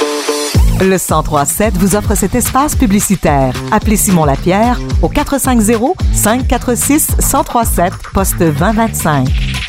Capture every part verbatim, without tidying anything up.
Le cent trois sept vous offre cet espace publicitaire. Appelez Simon Lapierre au quatre cinq zéro, cinq quatre six, un zéro trois sept, poste vingt vingt-cinq.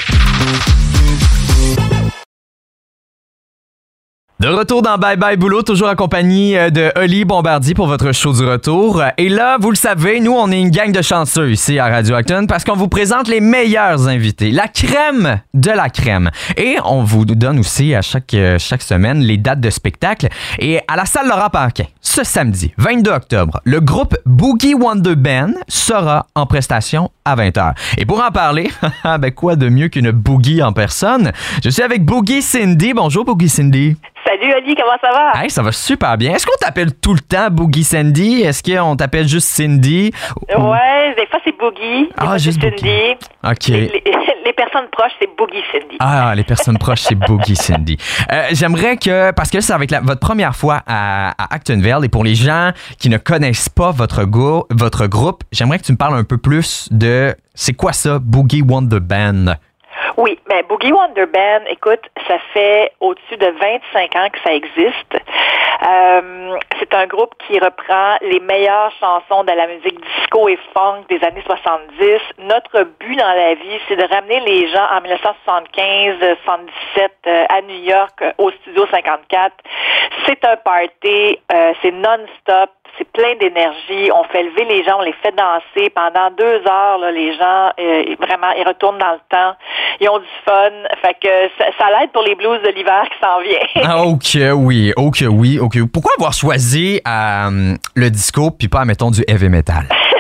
De retour dans Bye Bye Boulot, toujours accompagné de Oli Bombardier pour votre show du retour. Et là, vous le savez, nous, on est une gang de chanceux ici à Radio Acton parce qu'on vous présente les meilleurs invités, la crème de la crème. Et on vous donne aussi à chaque, chaque semaine les dates de spectacle. Et à la salle Laurent Paquin, ce samedi, vingt-deux octobre, le groupe Boogie Wonder Band sera en prestation à vingt heures. Et pour en parler, ben quoi de mieux qu'une Boogie en personne? Je suis avec Boogie Cindy. Bonjour Boogie Cindy. Salut Oli, comment ça va? Hey, ça va super bien. Est-ce qu'on t'appelle tout le temps Boogie Cindy? Est-ce qu'on t'appelle juste Cindy? Ouais, des fois c'est Boogie. Ah, juste Cindy. Boogie. OK. Les, les, les personnes proches, c'est Boogie Cindy. Ah, les personnes proches, c'est Boogie Cindy. Euh, j'aimerais que, parce que ça va être la, votre première fois à, à Actonville, et pour les gens qui ne connaissent pas votre, go, votre groupe, j'aimerais que tu me parles un peu plus de c'est quoi ça, Boogie Wonder Band? Oui, mais Boogie Wonder Band, écoute, ça fait au-dessus de vingt-cinq ans que ça existe. Euh, c'est un groupe qui reprend les meilleures chansons de la musique disco et funk des années soixante-dix. Notre but dans la vie, c'est de ramener les gens en dix-neuf soixante-quinze soixante-dix-sept euh, à New York, euh, au Studio cinquante-quatre. C'est un party, euh, c'est non-stop. C'est plein d'énergie. On fait lever les gens, on les fait danser. Pendant deux heures, là, les gens, euh, vraiment, ils retournent dans le temps. Ils ont du fun. Fait que ça, ça l'aide pour les blues de l'hiver qui s'en vient. Ah, ok, oui, ok, oui, ok. Pourquoi avoir choisi euh, le disco puis pas, mettons, du heavy metal?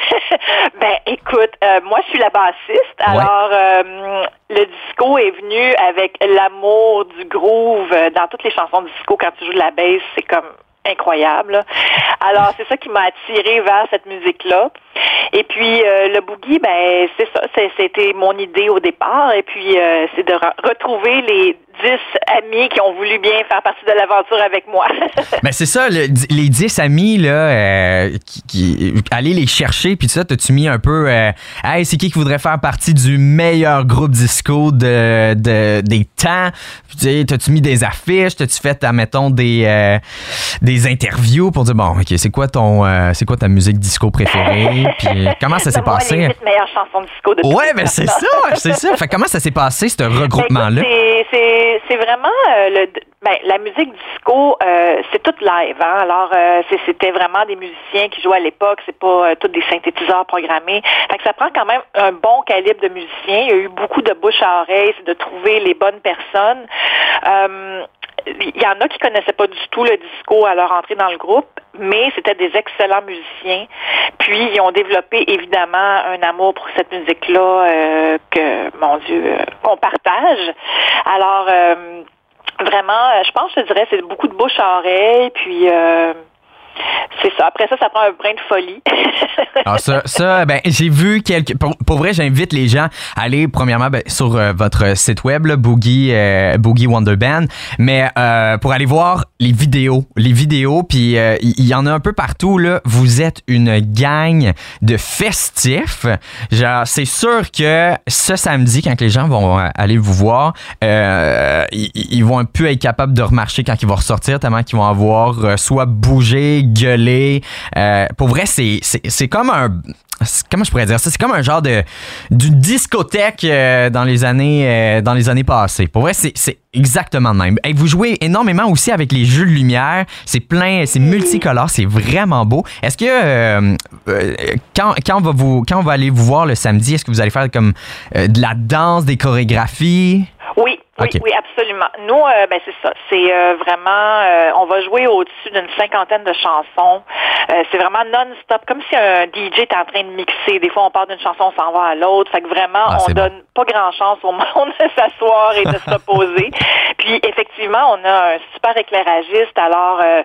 Ben, écoute, euh, moi, je suis la bassiste. Alors, ouais. euh, le disco est venu avec l'amour du groove. Dans toutes les chansons de disco, quand tu joues de la bass, c'est comme incroyable. Alors, c'est ça qui m'a attirée vers cette musique-là. Et puis, euh, le boogie, ben, c'est ça, c'est, c'était mon idée au départ. Et puis, euh, c'est de re- retrouver les dix amis qui ont voulu bien faire partie de l'aventure avec moi. Ben, c'est ça, le, les dix amis, là, euh, qui, qui, aller les chercher, puis ça, t'as-tu mis un peu, euh, hey, c'est qui qui voudrait faire partie du meilleur groupe disco de, de, des temps? Puis, t'as-tu mis des affiches? T'as-tu fait, admettons, des, euh, des interviews pour dire, bon, OK, c'est quoi ton, euh, c'est quoi ta musique disco préférée? Puis comment ça s'est moi, passé? Les dix meilleures chansons de disco de Ouais, ben c'est ça, c'est ça. Fait comment ça s'est passé, ce regroupement-là? Ben, écoute, c'est, c'est, c'est vraiment euh, le, ben, la musique disco, euh, c'est toute live, hein. Alors, euh, c'est, c'était vraiment des musiciens qui jouaient à l'époque. C'est pas euh, tous des synthétiseurs programmés. Fait que ça prend quand même un bon calibre de musiciens. Il y a eu beaucoup de bouche à oreille, c'est de trouver les bonnes personnes. Euh, Il y en a qui connaissaient pas du tout le disco à leur entrée dans le groupe, mais c'était des excellents musiciens. Puis, ils ont développé, évidemment, un amour pour cette musique-là euh, que, mon Dieu, euh, qu'on partage. Alors, euh, vraiment, je pense, je te dirais, c'est beaucoup de bouche à oreille, puis... Euh, c'est ça. Après ça, ça prend un brin de folie. Alors ça, ça, ben, j'ai vu quelques... Pour, pour vrai, j'invite les gens à aller, premièrement, ben, sur euh, votre site web, là, Boogie, euh, Boogie Wonder Band, mais euh, pour aller voir les vidéos. Les vidéos, puis il euh, y, y en a un peu partout, là. Vous êtes une gang de festifs. Genre, c'est sûr que ce samedi, quand les gens vont aller vous voir, euh, ils, ils vont un peu être capables de remarcher quand ils vont ressortir, tellement qu'ils vont avoir euh, soit bougé, gueuler. Euh, pour vrai, c'est, c'est, c'est comme un... Comment je pourrais dire ça? C'est comme un genre de d'une discothèque euh, dans les années euh, dans les années passées. Pour vrai, c'est, c'est exactement le même. Et vous jouez énormément aussi avec les jeux de lumière. C'est plein, c'est multicolore, c'est vraiment beau. Est-ce que euh, euh, quand, quand, on va vous, quand on va aller vous voir le samedi, est-ce que vous allez faire comme euh, de la danse, des chorégraphies? Oui. Oui, okay. oui, absolument. Nous, euh, ben c'est ça. C'est euh, vraiment, euh, on va jouer au-dessus d'une cinquantaine de chansons. Euh, c'est vraiment non-stop, comme si un D J était en train de mixer. Des fois, on part d'une chanson, on s'en va à l'autre. Fait que vraiment, ah, on donne bon. pas grand chance au monde de s'asseoir et de se reposer. Puis, effectivement, on a un super éclairagiste. Alors, euh,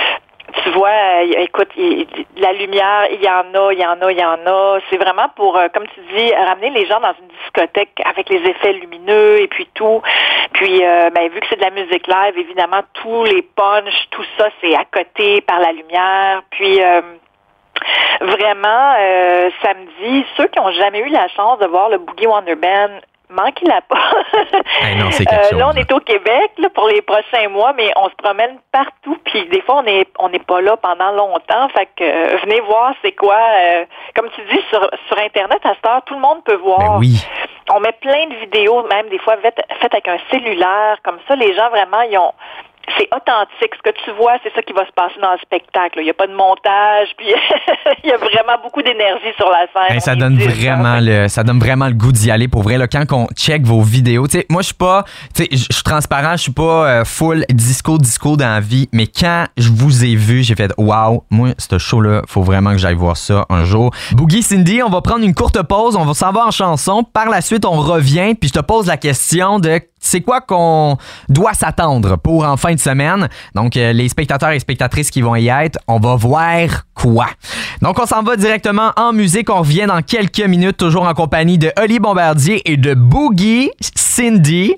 tu vois, euh, écoute, il, la lumière, il y en a, il y en a, il y en a. C'est vraiment pour, euh, comme tu dis, ramener les gens dans une discothèque avec les effets lumineux et puis tout. Puis, euh, ben, vu que c'est de la musique live, évidemment, tous les punchs, tout ça, c'est à côté par la lumière. Puis, euh, vraiment, euh, samedi, ceux qui n'ont jamais eu la chance de voir le Boogie Wonder Band, manquez-la pas. Hey, non, c'est quelque euh, chose, là, on là. est au Québec là, pour les prochains mois, mais on se promène partout. Puis des fois, on est on n'est pas là pendant longtemps. Fait que euh, venez voir c'est quoi. Euh, comme tu dis, sur, sur Internet, à cette heure, tout le monde peut voir. Ben oui. On met plein de vidéos, même des fois faites, faites avec un cellulaire. Comme ça, les gens, vraiment, ils ont... C'est authentique. Ce que tu vois, c'est ça qui va se passer dans le spectacle. Il n'y a pas de montage, puis il y a vraiment beaucoup d'énergie sur la scène. Hey, ça donne vraiment le, ça donne vraiment le goût d'y aller pour vrai. Là, quand on check vos vidéos, tu sais, moi je suis pas, tu sais, je suis transparent, je suis pas euh, full disco disco dans la vie, mais quand je vous ai vu, j'ai fait wow, moi ce show là, faut vraiment que j'aille voir ça un jour. Boogie, Cindy, on va prendre une courte pause, on va s'en va en chanson. Par la suite, on revient, puis je te pose la question de c'est quoi qu'on doit s'attendre pour en fin de semaine. Donc, euh, les spectateurs et spectatrices qui vont y être, on va voir quoi. Donc, on s'en va directement en musique. On revient dans quelques minutes, toujours en compagnie de Oli Bombardier et de Boogie Cindy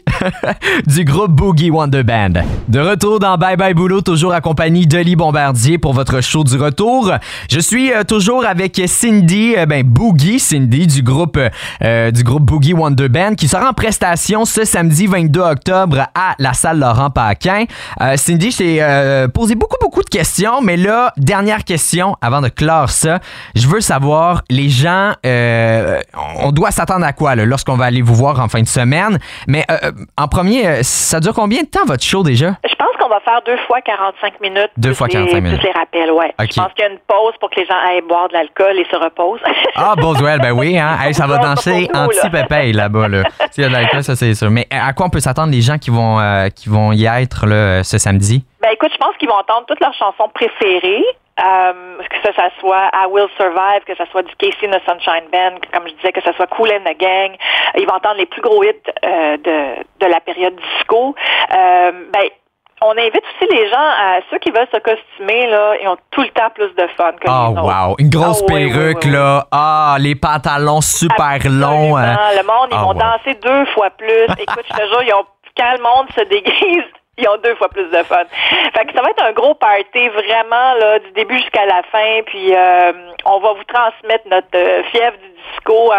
du groupe Boogie Wonder Band. De retour dans Bye Bye Boulot, toujours accompagné d'Oli Bombardier pour votre show du retour. Je suis euh, toujours avec Cindy, euh, ben Boogie Cindy du groupe euh, du groupe Boogie Wonder Band qui sera en prestation ce samedi vingt-deux octobre à la salle Laurent-Paquin. Euh, Cindy, je t'ai euh, posé beaucoup, beaucoup de questions, mais là, dernière question avant de clore ça. Je veux savoir, les gens, euh, on doit s'attendre à quoi là, lorsqu'on va aller vous voir en fin de semaine? Mais euh, en premier, ça dure combien de temps votre show déjà? Je pense qu'on va faire deux fois quarante-cinq minutes. Deux fois quarante-cinq minutes. Plus les rappels, ouais. Okay. Je pense qu'il y a une pause pour que les gens aillent boire de l'alcool et se reposent. Ah, Boswell, ben oui, hein? Hey, ça va danser anti-pépé là-bas. Là. S'il y a de l'alcool, ça c'est sûr. Mais à quoi on peut s'attendre les gens qui vont, euh, qui vont y être là, ce samedi? Ben écoute, je pense qu'ils vont entendre toutes leurs chansons préférées. Euh, que ça, ça soit I Will Survive, que ça soit du Casey and the Sunshine Band, comme je disais, que ça soit Kool and the Gang. Ils vont entendre les plus gros hits euh, de, de la période disco. Euh, ben, on invite aussi les gens, à ceux qui veulent se costumer, là, ils ont tout le temps plus de fun que oh, les autres. Wow! Une grosse ah, oui, perruque, oui, oui, là. Ah, les pantalons super Absolument. longs. Hein. Le monde, ils oh, vont wow. danser deux fois plus. Écoute, je te jure, ils ont, quand le monde se déguise, ils ont deux fois plus de fun. Fait que ça va être un gros party, vraiment, là, du début jusqu'à la fin. Puis, euh, on va vous transmettre notre euh, fièvre du disco.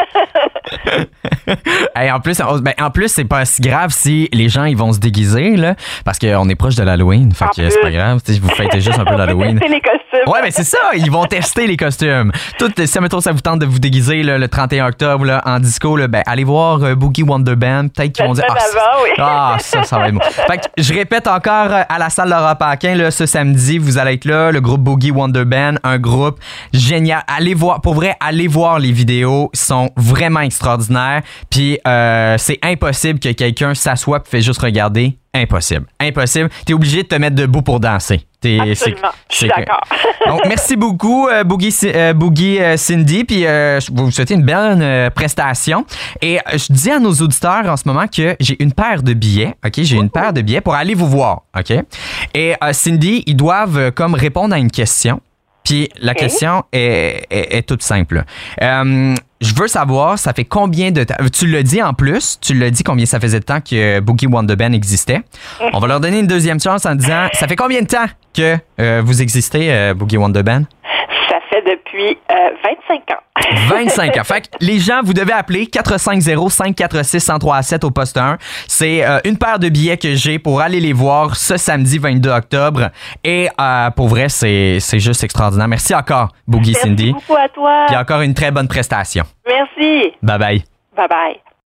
Hein? Hey, en plus, on, ben, en plus, c'est pas si grave si les gens ils vont se déguiser, là, parce qu'on est proche de l'Halloween. Fait En que plus. c'est pas grave. Vous fêtez juste un peu On peut l'Halloween. tester les costumes. Ouais, mais c'est ça, ils vont tester les costumes. Tout, si mettons, ça vous tente de vous déguiser là, le trente et un octobre là, en disco, là, ben, allez voir euh, Boogie Wonder Band. Peut-être qu'ils La vont dire semaine ah, ça, avant, oui. ah, ça, ça va être bon. Fait que je répète encore euh, à la salle Laurent-Paquin là, ce samedi, vous allez être là, le groupe Boogie Wonder Band, un groupe génial. Allez voir, pour vrai, allez voir les vidéos, ils sont vraiment extraordinaires. Puis euh, c'est impossible que quelqu'un s'assoie et fait juste regarder. Impossible. Impossible. T'es obligé de te mettre debout pour danser. T'es, Absolument. Je suis d'accord. Donc, merci beaucoup, euh, Boogie, euh, Boogie euh, Cindy. Puis, euh, je vais vous souhaiter une belle euh, prestation. Et euh, je dis à nos auditeurs en ce moment que j'ai une paire de billets. OK? J'ai une paire de billets pour aller vous voir. OK? Et euh, Cindy, ils doivent euh, comme répondre à une question. Puis, la okay. question est, est, est toute simple. Euh, je veux savoir, ça fait combien de temps... Tu l'as dit en plus, tu l'as dit combien ça faisait de temps que Boogie Wonder Band existait. On va leur donner une deuxième chance en disant, ça fait combien de temps que euh, vous existez, euh, Boogie Wonder Band? Ça fait depuis euh, vingt-cinq ans. vingt-cinq ans. Fait que les gens, vous devez appeler quatre cinq zéro, cinq quatre six, un zéro trois sept au poste un. C'est euh, une paire de billets que j'ai pour aller les voir ce samedi vingt-deux octobre. Et euh, pour vrai, c'est, c'est juste extraordinaire. Merci encore, Boogie Merci Cindy. Merci beaucoup à toi. Puis encore une très bonne prestation. Merci. Bye bye. Bye bye.